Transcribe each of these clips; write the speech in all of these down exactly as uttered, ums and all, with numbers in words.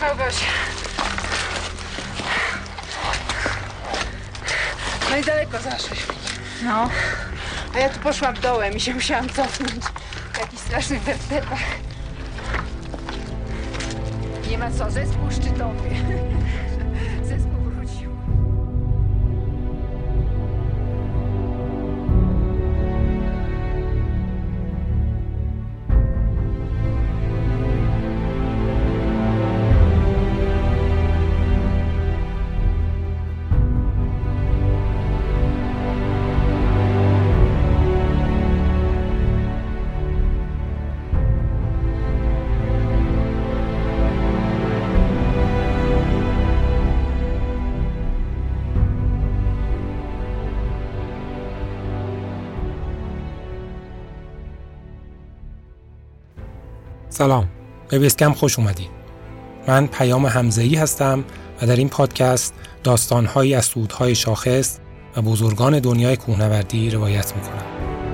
bawię. No i daleko zaszłyśmy. No. A ja tu poszłam dołem i się musiałam cofnąć w jakichś strasznych wertepach. Nie ma co, zespół szczytowy. Zespół wrócił. سلام، به بیسکم خوش اومدید. من پیام حمزه‌ای هستم و در این پادکست داستان‌هایی از صعودهای شاخص و بزرگان دنیای کوهنوردی روایت می‌کنم.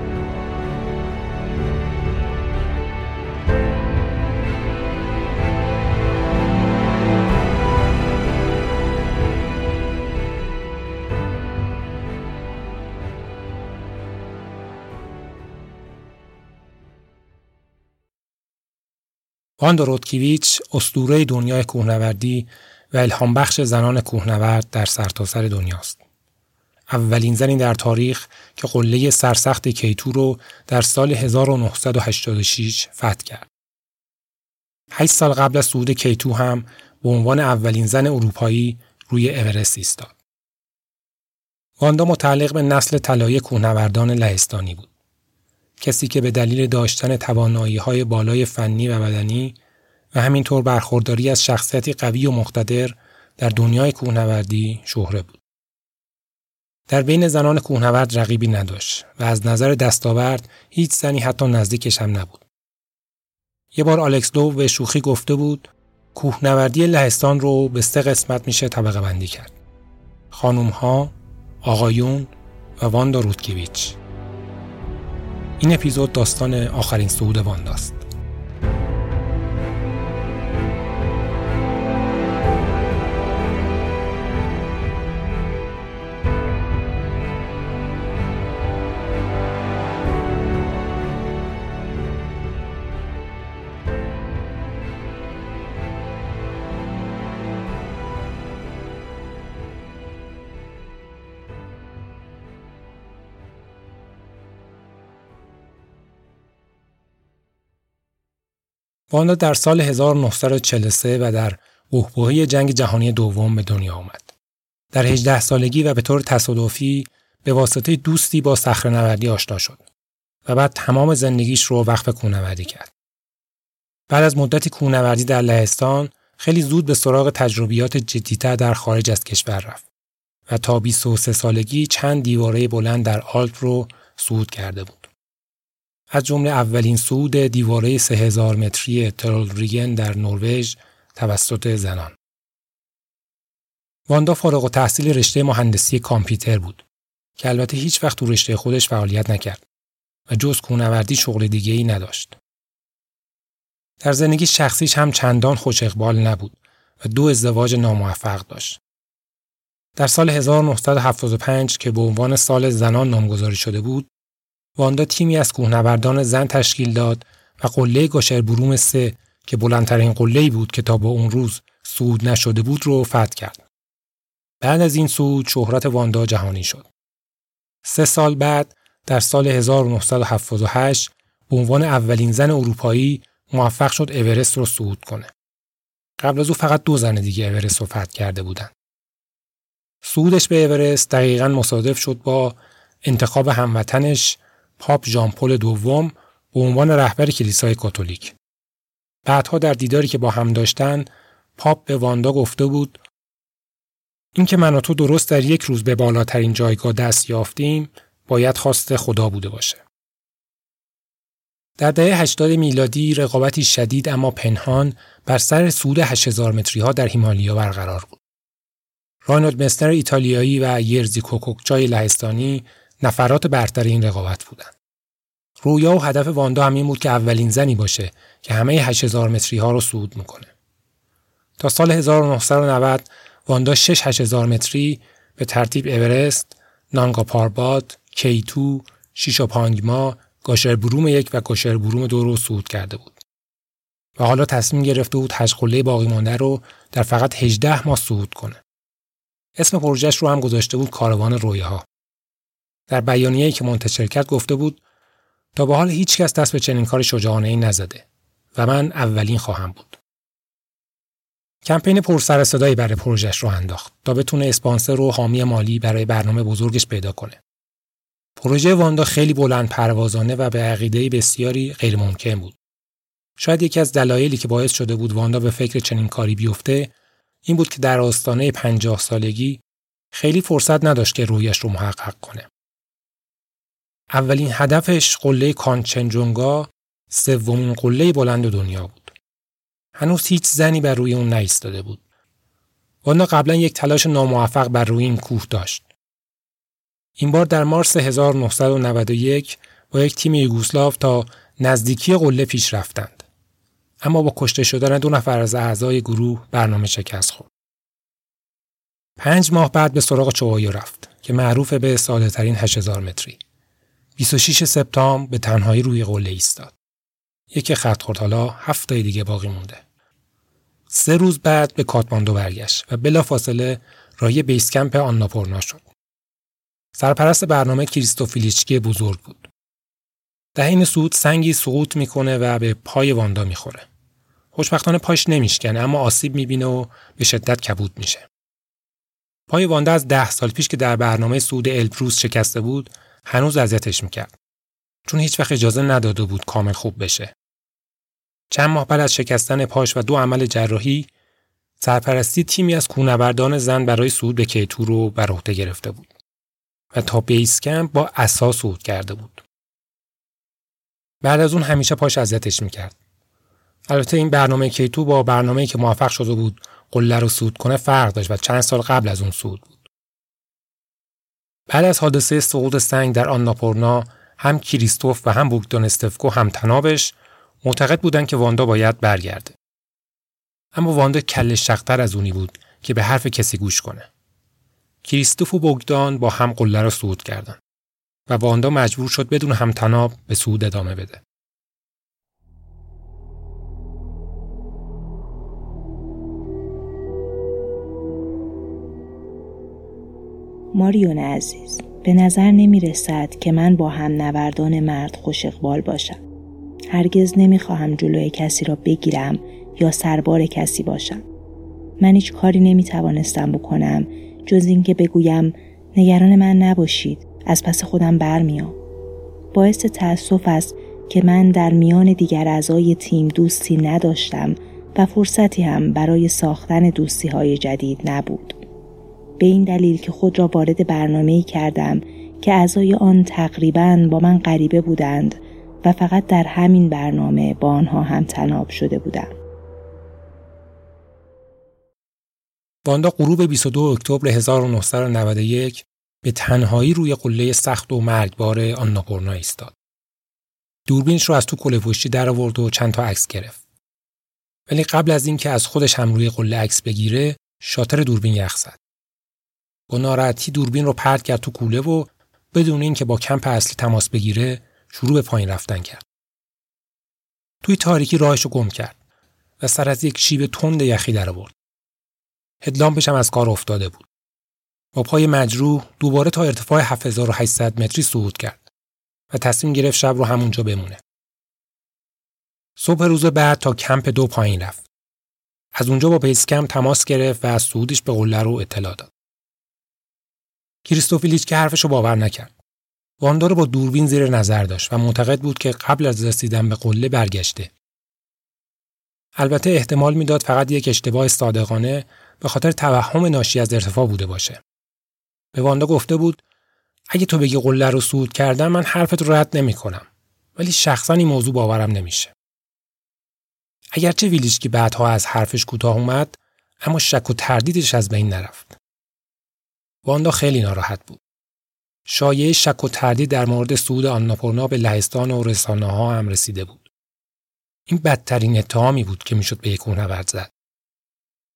واندا رودکیویچ اسطوره دنیای کوهنوردی و الهام بخش زنان کوهنورد در سرتاسر دنیاست. اولین زنی در تاریخ که قله سرسخت کیتو رو در سال هزار و نهصد و هشتاد و شش فتح کرد. هشت سال قبل از صعود کیتو هم به عنوان اولین زن اروپایی روی اورست ایستاد. واندا متعلق به نسل طلایی کوهنوردان لهستانی بود. کسی که به دلیل داشتن توانایی‌های بالای فنی و بدنی و همینطور برخورداری از شخصیتی قوی و مقتدر در دنیای کوهنوردی شهره بود. در بین زنان کوهنورد رقیبی نداشت و از نظر دستاورد هیچ زنی حتی نزدیکش هم نبود. یه بار آلکس لو به شوخی گفته بود کوهنوردی لهستان رو به سه قسمت میشه طبقه بندی کرد. خانوم‌ها، آقایون و واندا رودکیویچ. این اپیزود داستان آخرین صعود وانداست. واندا در سال هزار و نهصد و چهل و سه و در بحبوحه جنگ جهانی دوم به دنیا آمد. در هجده سالگی و به طور تصادفی به واسطه دوستی با صخره‌نوردی آشنا شد و بعد تمام زندگیش رو وقف کوهنوردی کرد. بعد از مدتی کوهنوردی در لهستان خیلی زود به سراغ تجربیات جدی‌تر در خارج از کشور رفت و تا بیست و سه سالگی چند دیواره بلند در آلپ رو صعود کرده بود. از جمله اولین صعود دیواره سه هزار متری ترولریگن در نروژ توسط زنان. واندا فارغ التحصیل رشته مهندسی کامپیوتر بود که البته هیچ وقت تو رشته خودش فعالیت نکرد و جز کوهنوردی شغل دیگه‌ای نداشت. در زندگی شخصیش هم چندان خوش اقبال نبود و دو ازدواج ناموفق داشت. در سال هزار و نهصد و هفتاد و پنج که به عنوان سال زنان نامگذاری شده بود، واندا تیمی از کوهنوردان زن تشکیل داد و قله گاشربروم سه که بلندترین قله‌ای بود که تا به اون روز صعود نشده بود رو فتح کرد. بعد از این صعود شهرت واندا جهانی شد. سه سال بعد در سال هزار و نهصد و هفتاد و هشت به عنوان اولین زن اروپایی موفق شد اورست رو صعود کنه. قبل از او فقط دو زن دیگه اورست رو فتح کرده بودند. صعودش به اورست دقیقاً مصادف شد با انتخاب هموطنش پاپ ژان پل دوم به عنوان رهبر کلیسای کاتولیک. بعدها در دیداری که با هم داشتن، پاپ به واندا گفته بود این که من و تو درست در یک روز به بالاترین جایگاه دست یافتیم، باید خواست خدا بوده باشه. در دهه هشتاد میلادی رقابتی شدید اما پنهان بر سر صعود هشت هزار متری ها در هیمالیا برقرار بود. راینولد مستر ایتالیایی و یرزی کوکوکچای لهستانی نفرات برتر این رقابت بودند. رویا و هدف واندا همین بود که اولین زنی باشه که همه هشت هزار متری ها رو صعود میکنه. تا سال هزار و نهصد و نود واندا شش هشت هزار متری به ترتیب اورست، نانگا پاربات، کیتو، شیشاپانگما، گاشربروم یک و گاشربروم دو رو صعود کرده بود. و حالا تصمیم گرفته بود هشت قله باقی مانده رو در فقط هجده ماه صعود کنه. اسم پروژهش رو هم گذاشته بود کاروان رویاها. در بیانیه‌ای که منتشر کرد گفته بود تا به حال هیچ کس دست به چنین کار شجاعانه‌ای نزده و من اولین خواهم بود. کمپین پر سر و صدایی برای پروژهش رو انداخت تا بتونه اسپانسر و حامی مالی برای برنامه بزرگش پیدا کنه. پروژه واندا خیلی بلند پروازانه و به عقیده بسیاری غیر ممکن بود. شاید یکی از دلایلی که باعث شده بود واندا به فکر چنین کاری بیفته این بود که در آستانه پنجاه سالگی خیلی فرصت نداشت که رویش رو محقق کنه. اولین هدفش قله کانچنجونگا، سومین قله بلند دنیا بود. هنوز هیچ زنی بر روی اون نایستاده بود. واندا قبلا یک تلاش ناموفق بر روی این کوه داشت. این بار در مارس هزار و نهصد و نود و یک با یک تیم یوگسلاو تا نزدیکی قله پیش رفتند. اما با کشته شدن دو نفر از اعضای گروه برنامه شکست خورد. پنج ماه بعد به سراغ چوآیو رفت که معروف به ساده ترین هشت هزار متری. بیست و شش سپتامبر به تنهایی روی قله ایستاد. یک خط خورد، حالا هفت تای دیگه باقی مونده. سه روز بعد به کاتماندو برگشت و بلافاصله راهی بیس کمپ آناپورنا شد. سرپرست برنامه کریستوف ایلیچکی بزرگ بود. در این صعود سنگی سقوط میکنه و به پای واندا میخوره. خوشبختانه پاش نمیشکنه اما آسیب میبینه و به شدت کبود میشه. پای واندا از ده سال پیش که در برنامه صعود البروس شکسته بود هنوز اذیتش میکرد. چون هیچ وقت اجازه نداده بود کامل خوب بشه. چند ماه بعد از شکستن پاش و دو عمل جراحی سرپرستی تیمی از کوهنوردان زن برای صعود به کیتو رو بر عهده گرفته بود و تا بیس کمپ با عصا صعود کرده بود. بعد از اون همیشه پاش اذیتش میکرد. البته این برنامه کیتو با برنامه‌ای که موفق شده بود قله رو صعود کنه فرق داشت و چند سال قبل از اون صعود بود. بعد از حادثه سقوط سنگ در آناپورنا هم کریستوف و هم بوگدان استفکو هم تنابش معتقد بودن که واندا باید برگرده. اما واندا کله شق‌تر از اونی بود که به حرف کسی گوش کنه. کریستوف و بوگدان با هم قله رو صعود کردن و واندا مجبور شد بدون همتناب به صعود ادامه بده. ماریون عزیز، به نظر نمی رسد که من با هم نوردان مرد خوش اقبال باشم. هرگز نمی خواهم جلوی کسی را بگیرم یا سربار کسی باشم. من هیچ کاری نمی توانستم بکنم جز این که بگویم نگران من نباشید، از پس خودم برمیام. باعث تأسف است که من در میان دیگر اعضای تیم دوستی نداشتم و فرصتی هم برای ساختن دوستی های جدید نبود. به این دلیل که خود را وارد برنامه‌ای کردم که اعضای آن تقریباً با من غریبه بودند و فقط در همین برنامه با آنها هم تناب شده بودم. واندا غروب بیست و دو اکتبر هزار و نهصد و نود و یک به تنهایی روی قله سخت و مرگبار آناپورنا ایستاد. دوربینش رو از تو کوله پشتی در آورد و چند تا عکس گرفت. ولی قبل از اینکه از خودش هم روی قله عکس بگیره، شاتر دوربین یخ زد. با ناراحتی دوربین رو پرت کرد تو کوله و بدون اینکه با کمپ اصلی تماس بگیره، شروع به پایین رفتن کرد. توی تاریکی راهش رو گم کرد و سر از یک شیب تند یخی در آورد. هدلامپش هم از کار افتاده بود. با پای مجروح دوباره تا ارتفاع هفت هزار و هشتصد متری صعود کرد و تصمیم گرفت شب رو همونجا بمونه. صبح روز بعد تا کمپ دو پایین رفت. از اونجا با بیس کمپ تماس گرفت و از صعودش به قله رو اطلاع داد. کریستوف ایلیچکی حرفشو باور نکرد. واندا رو با دوربین زیر نظر داشت و معتقد بود که قبل از رسیدن به قله برگشته. البته احتمال میداد فقط یک اشتباه صادقانه به خاطر توهم ناشی از ارتفاع بوده باشه. به واندا گفته بود اگه تو بگی قله رو صعود کردم من حرفت رو رد نمی‌کنم، ولی شخصا این موضوع باورم نمیشه. اگرچه ویلیچکی بعدها از حرفش کوتاه اومد، اما شک و تردیدش از بین نرفت. واندا خیلی ناراحت بود. شایعه شک و تردید در مورد صعود آناپورنا به لهستان و رسانه‌ها هم رسیده بود. این بدترین اتهامی بود که میشد به یک کوهنورد زد.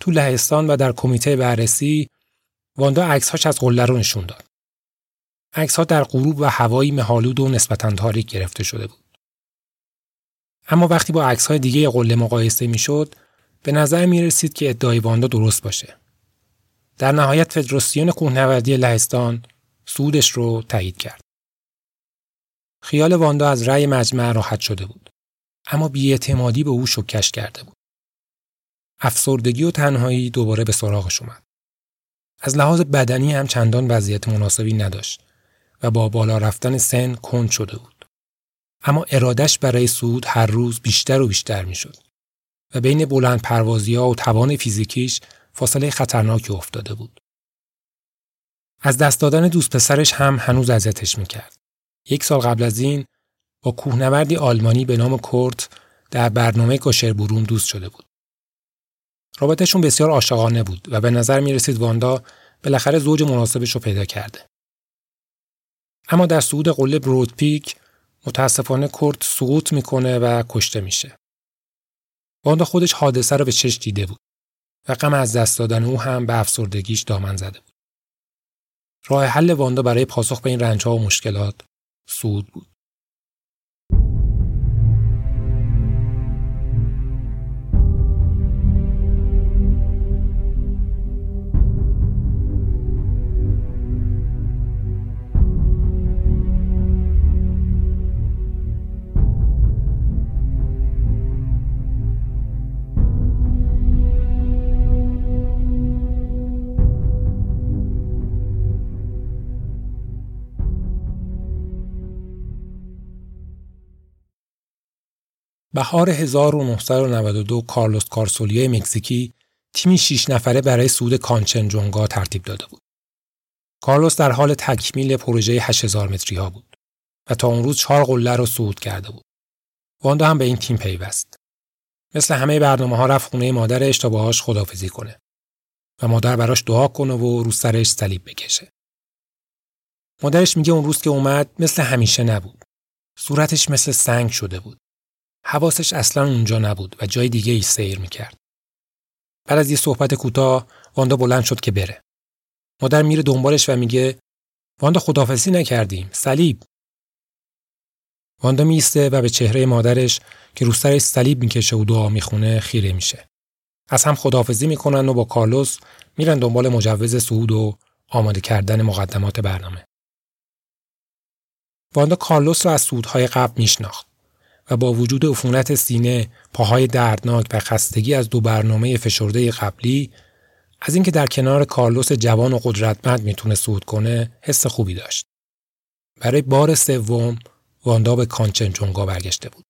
تو لهستان و در کمیته بررسی واندا عکس‌هاش از قله رو نشون داد. عکس‌ها در غروب و هوایی مه‌آلود و نسبتاً تاریک گرفته شده بود. اما وقتی با عکس‌های دیگه قله مقایسه می‌شد، به نظر می‌رسید که ادعای واندا درست باشه. در نهایت فدراسیون کوهنوردی لهستان صعودش رو تایید کرد. خیال واندا از رأی مجمع راحت شده بود، اما بی‌اعتمادی به او شوکش کرده بود. افسردگی و تنهایی دوباره به سراغش اومد. از لحاظ بدنی هم چندان وضعیت مناسبی نداشت و با بالا رفتن سن کند شده بود. اما ارادش برای صعود هر روز بیشتر و بیشتر میشد و بین بلند پروازی‌ها و توان فیزیکیش فاصله خطرناکی افتاده بود. از دست دادن دوست پسرش هم هنوز اذیتش میکرد. یک سال قبل از این با کوهنوردی آلمانی به نام کورت در برنامه گاشربوروم دوست شده بود. رابطهشون بسیار عاشقانه بود و به نظر می رسید واندا بالاخره زوج مناسبش رو پیدا کرده. اما در صعود قله برود پیک متاسفانه کورت سقوط میکنه و کشته میشه. واندا خودش حادثه رو به چشم دیده بود و غم از دست دادن او هم به افسردگیش دامن زده بود. راه حل واندا برای پاسخ به این رنج‌ها و مشکلات صعود بود. بهار هزار و نهصد و نود و دو کارلوس کارسولیو مکزیکی تیمی شش نفره برای صعود کانچنجونگا ترتیب داده بود. کارلوس در حال تکمیل پروژه هشت هزار متری ها بود و تا اون روز چهار قله رو صعود کرده بود. واندا هم به این تیم پیوست. مثل همه برنامه‌ها رفت خونه مادرش تا باهاش خداحافظی کنه و مادر براش دعا کنه و رو سرش صلیب بکشه. مادرش میگه اون روز که اومد مثل همیشه نبود. صورتش مثل سنگ شده بود. حواسش اصلا اونجا نبود و جای دیگه ای سیر میکرد. بعد از یه صحبت کوتاه واندا بلند شد که بره. مادر میره دنبالش و میگه واندا خداحافظی نکردیم، صلیب. واندا میسته و به چهره مادرش که رو سرش صلیب میکشه و دعا میخونه خیره میشه. از هم خداحافظی میکنن و با کارلوس میرن دنبال مجوز صعود و آماده کردن مقدمات برنامه. واندا کارلوس رو از صعودهای قبل میشناخت و با وجود عفونت سینه، پاهای دردناک و خستگی از دو برنامه فشرده قبلی، از اینکه در کنار کارلوس جوان و قدرتمند میتونه صعود کنه، حس خوبی داشت. برای بار سوم واندا به کانچنجونگا برگشته بود.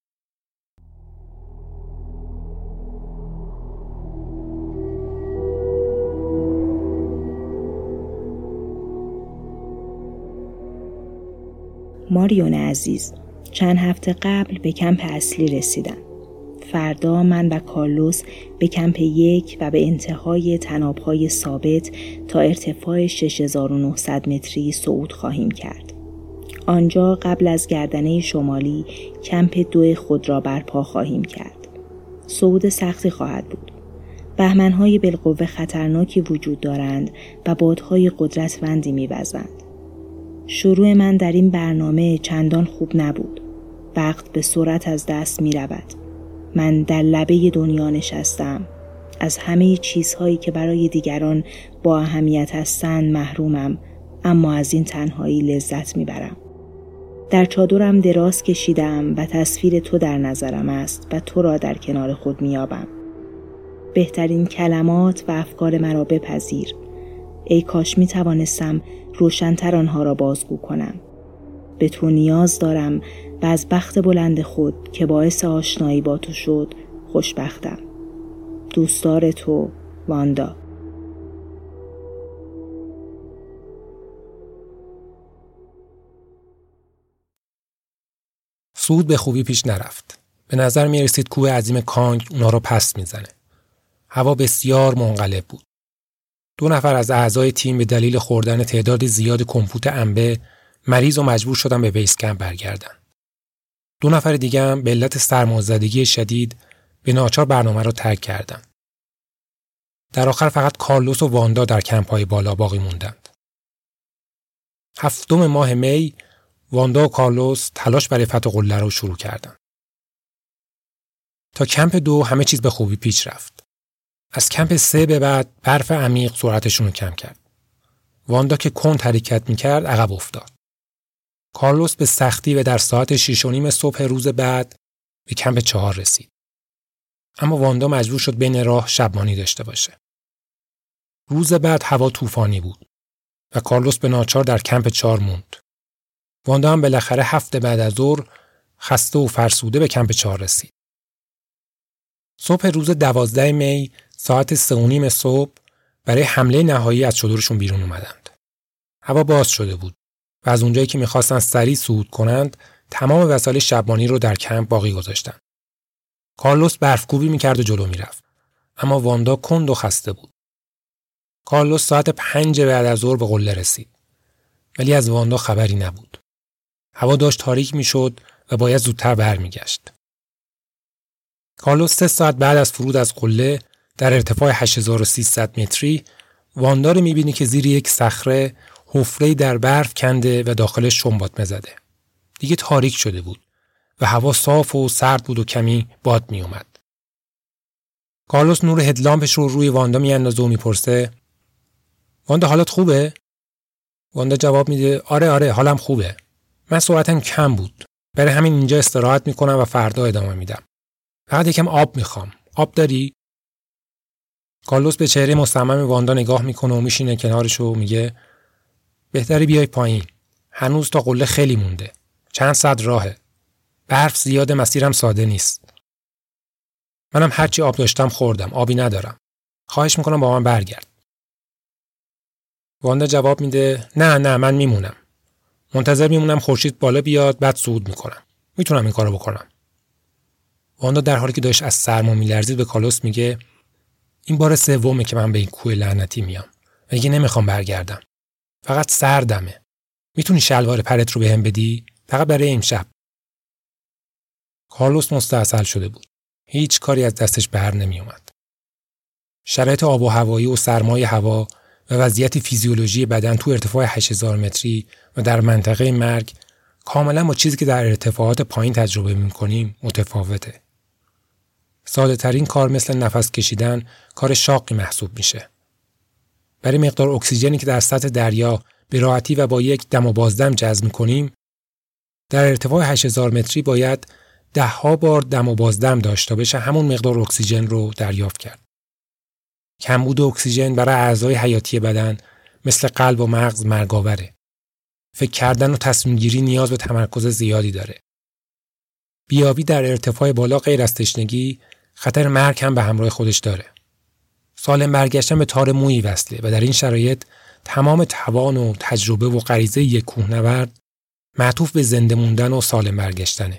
ماریون عزیز، چند هفته قبل به کمپ اصلی رسیدم. فردا من و کارلوس به کمپ یک و به انتهای طناب‌های ثابت تا ارتفاع شش هزار و نهصد متری صعود خواهیم کرد. آنجا قبل از گردنه شمالی کمپ دو خود را برپا خواهیم کرد. صعود سختی خواهد بود. بهمن‌های بالقوه خطرناکی وجود دارند و بادهای قدرتمندی می‌وزند. شروع من در این برنامه چندان خوب نبود. وقت به سرعت از دست می رود. من در لبه دنیا نشستم. از همه چیزهایی که برای دیگران با اهمیت هستند محرومم، اما از این تنهایی لذت می برم. در چادرم دراز کشیدم و تصویر تو در نظرم است و تو را در کنار خود می یابم. بهترین کلمات و افکار مرا بپذیر. ای کاش می توانستم روشن‌تر آنها را بازگو کنم. به تو نیاز دارم و از بخت بلند خود که باعث آشنایی با تو شد خوشبختم. دوستدار تو، واندا. صعود به خوبی پیش نرفت. به نظر می رسید کوه عظیم کانگ اونا رو پس میزنه. هوا بسیار منقلب بود. دو نفر از اعضای تیم به دلیل خوردن تعداد زیاد کمپوت انبه مریض و مجبور شدن به بیس کمپ برگردن. دو نفر دیگه هم به علت سرمازدگی شدید به ناچار برنامه رو ترک کردن. در آخر فقط کارلوس و واندا در کمپ‌های بالا باقی موندند. هفتم ماه می واندا و کارلوس تلاش برای فتح قله رو شروع کردند. تا کمپ دو همه چیز به خوبی پیش رفت. از کمپ سه به بعد برف عمیق سرعتشون رو کم کرد. واندا که کند حرکت می‌کرد عقب افتاد. کارلوس به سختی و در ساعت شش و نیم صبح روز بعد به کمپ چهار رسید. اما واندا مجبور شد بین راه شبمانی داشته باشه. روز بعد هوا طوفانی بود و کارلوس به ناچار در کمپ چهار موند. واندا هم بالاخره هفت بعد از ظهر خسته و فرسوده به کمپ چهار رسید. صبح روز دوازده می ساعت سه و نیم صبح برای حمله نهایی از چادرشون بیرون اومدند. هوا باز شده بود و از اونجایی که میخواستن سریع صعود کنند تمام وسایل شبمانی رو در کمپ باقی گذاشتن. کارلوس برفکوبی میکرد و جلو میرفت. اما واندا کند و خسته بود. کارلوس ساعت پنج بعد از ظهر به قله رسید. ولی از واندا خبری نبود. هوا داشت تاریک میشد و باید زودتر برمیگشت. کارلوس سه ساعت بعد از فرود از قله در ارتفاع هشت هزار و سیصد متری واندا رو میبینی که زیر یک صخره حفره‌ای در برف کنده و داخلش شنباتمه زده. دیگه تاریک شده بود و هوا صاف و سرد بود و کمی باد می اومد. کارلوس نور هدلامپش رو روی واندا میاندازه و میپرسه واندا حالت خوبه؟ واندا جواب میده آره آره حالم خوبه. من سرعتم کم بود. برای همین اینجا استراحت میکنم و فردا ادامه میدم. فقط یکم آب میخوام. آب داری؟ کارلوس به چهره مصمم واندا نگاه میکنه و میشینه کنارش و میگه بهتری بیای پایین. هنوز تا قله خیلی مونده. چند ساعت راهه. برف زیاد، مسیرم ساده نیست. منم هرچی آب داشتم خوردم. آبی ندارم. خواهش میکنم با من برگرد. واندا جواب میده نه نه من میمونم. منتظر میمونم خورشید بالا بیاد بعد صعود میکنم. میتونم این کارو بکنم. واندا در حالی که داشت از سرما میلرزید به کارلوس میگه این بار سومه که من به این کوه لعنتی میام. و دیگه نمیخوام برگردم. فقط سردمه. میتونی شلوار پرت رو بهم بدی؟ فقط برای امشب. کارلوس مستعسل شده بود. هیچ کاری از دستش بر نمی اومد. شرایط آب و هوایی و سرمای هوا و وضعیت فیزیولوژی بدن تو ارتفاع هشت هزار متری و در منطقه مرگ کاملا با چیزی که در ارتفاعات پایین تجربه می‌کنیم متفاوته. ساده ترین کار مثل نفس کشیدن کار شاقی محسوب میشه. برای مقدار اکسیژنی که در سطح دریا به راحتی و با یک دم و بازدم جذب می‌کنیم در ارتفاع هشت هزار متری باید ده ها بار دم و بازدم داشته بشه همون مقدار اکسیژن رو دریافت کرد. کمبود اکسیژن برای اعضای حیاتی بدن مثل قلب و مغز مرگاوره. فکر کردن و تصمیم گیری نیاز به تمرکز زیادی داره. بیابی در ارتفاع بالا غیر از تشنگی خطر مرگ هم به همراه خودش داره. سالم برگشتن به تار مویی وصله و در این شرایط تمام توان و تجربه و غریزه یک کوهنورد معطوف به زنده موندن و سالم برگشتنه.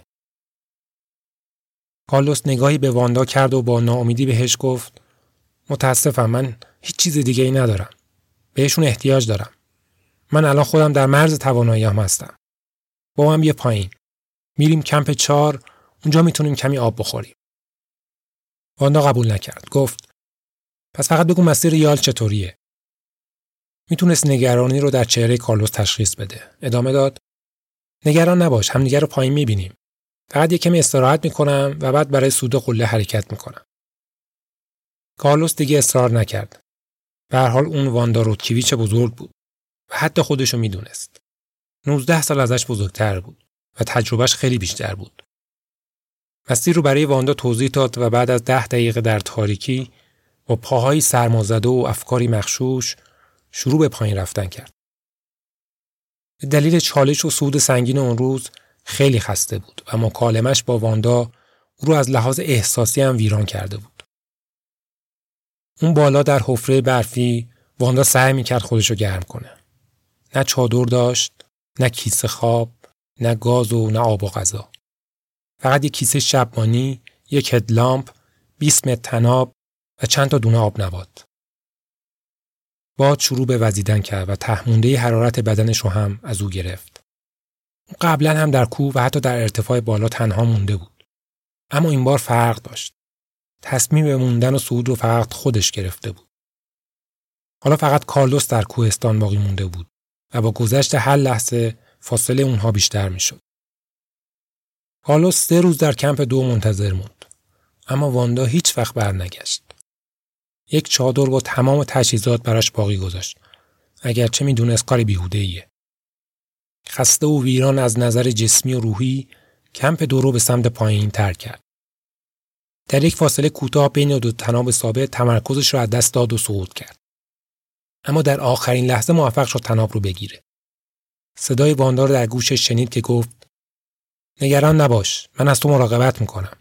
کارلوس نگاهی به واندا کرد و با ناامیدی بهش گفت متاسفم من هیچ چیز دیگه ای ندارم. بهشون احتیاج دارم. من الان خودم در مرز توانایی‌ام هستم. با من بیا پایین. میریم کمپ چهار، اونجا میتونیم کمی آب بخوریم. واندا قبول نکرد. گفت پس فقط بگو مسیر یال چطوریه. میتونست نگرانی رو در چهره کارلوس تشخیص بده. ادامه داد نگران نباش، همدیگه رو پایین میبینیم. فقط یک کمی استراحت میکنم و بعد برای صعود قله حرکت میکنم. کارلوس دیگه اصرار نکرد. به هر حال اون واندا رودکیویچ بزرگ بود و حتی خودشو میدونست. نوزده سال ازش بزرگتر بود و تجربهش خیلی بیشتر بود. مسیر رو برای واندا توضیح داد و بعد از ده دقیقه در تاریکی با پاهایی سرمازده و افکاری مغشوش شروع به پایین رفتن کرد. به دلیل چالش و صعود سنگین اون روز خیلی خسته بود و مکالمش با واندا او رو از لحاظ احساسی هم ویران کرده بود. اون بالا در حفره برفی واندا سعی میکرد خودشو گرم کنه. نه چادر داشت، نه کیسه خواب، نه گاز و نه آب و غذا. فقط یک کیسه شبمانی، یک هدلامپ، بیست متر طناب و چند تا دونه آب نبات. باد شروع به وزیدن کرد و تهمونده حرارت بدنش رو هم از او گرفت. اون قبلا هم در کوه و حتی در ارتفاع بالا تنها مونده بود. اما این بار فرق داشت. تصمیم به موندن و صعود رو فقط خودش گرفته بود. حالا فقط کارلوس در کوهستان باقی مونده بود و با گذشت هر لحظه فاصله اونها بیشتر میشد. کارلوس سه روز در کمپ دو منتظر موند. اما واندا هیچ وقت برنگشت. یک چادر با تمام تجهیزات براش باقی گذاشت. اگرچه میدونست کاری بیهوده‌ایه. خسته و ویران از نظر جسمی و روحی کمپ دو رو به سمت پایین ترک کرد. در یک فاصله کوتاه بین دو تناب ثابت تمرکزش رو از دست داد و سقوط کرد. اما در آخرین لحظه موفق شد تناب رو بگیره. صدای واندا رو در گوشش شنید که گفت: نگران نباش، من از تو مراقبت میکنم.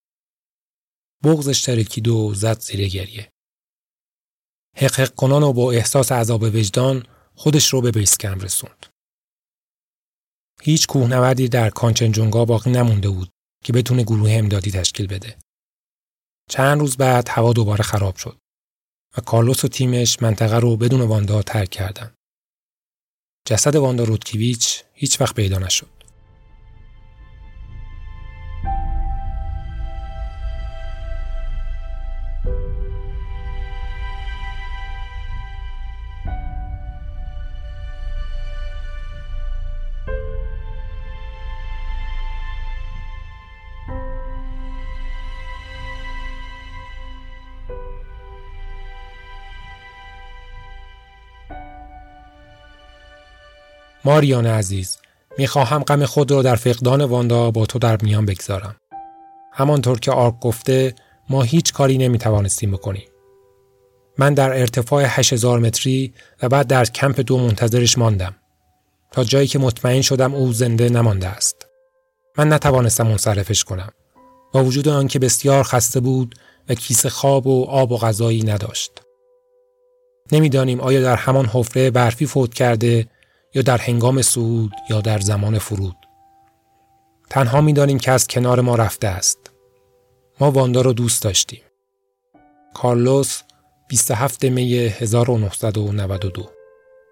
بغضش ترکید و زد زیر گریه. حق حق کنان و با احساس عذاب وجدان خودش رو به بیس کمپ رسوند. هیچ کوهنوردی در کانچنجونگا باقی نمونده بود که بتونه گروه امدادی تشکیل بده. چند روز بعد هوا دوباره خراب شد و کارلوس و تیمش منطقه رو بدون واندا ترک کردند. جسد واندا رودکیویچ هیچ وقت پیدا نشد. ماریان عزیز، میخواهم غم خود را در فقدان واندا با تو در میان بگذارم. همانطور که آرک گفته، ما هیچ کاری نمیتوانستیم بکنیم. من در ارتفاع هشت هزار متری و بعد در کمپ دو منتظرش ماندم تا جایی که مطمئن شدم او زنده نمانده است. من نتوانستم منصرفش کنم با وجود آنکه بسیار خسته بود و کیسه خواب و آب و غذایی نداشت. نمیدانیم آیا در همان حفره برفی فوت کرده یا در هنگام صعود یا در زمان فرود. تنها می‌دانیم که از کنار ما رفته است. ما واندا رو دوست داشتیم. کارلوس، بیست و هفتم می هزار و نهصد و نود و دو.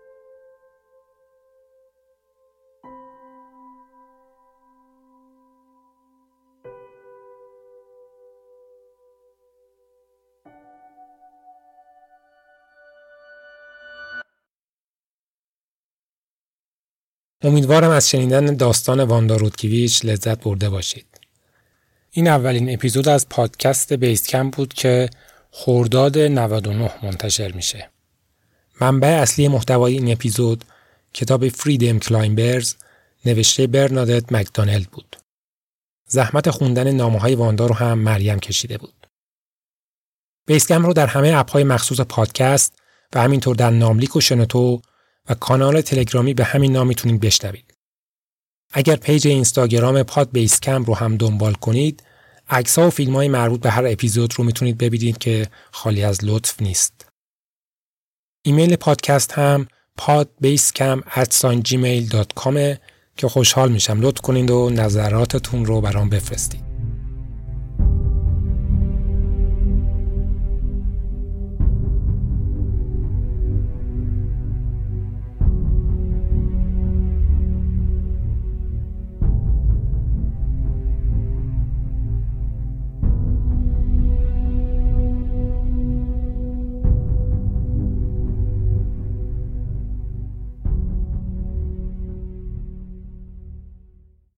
امیدوارم از شنیدن داستان واندا رودکیویچ لذت برده باشید. این اولین اپیزود از پادکست بیس کمپ بود که خرداد نود و نه منتشر میشه. منبع اصلی محتوای این اپیزود کتاب فریدم کلایمبرز نوشته برنادت مکدانلد بود. زحمت خوندن نامه‌های واندا رو هم مریم کشیده بود. بیس کمپ رو در همه اپ‌های مخصوص پادکست و همینطور در ناملیک و شنوتو و کانال تلگرامی به همین نام میتونید بشنوید. اگر پیج اینستاگرام پاد بیس کمپ رو هم دنبال کنید، عکس‌ها و فیلم‌های مربوط به هر اپیزود رو میتونید ببینید که خالی از لطف نیست. ایمیل پادکست هم پاد بیس کمپ ات جیمیل دات کام که خوشحال میشم لطف کنید و نظراتتون رو برام بفرستید.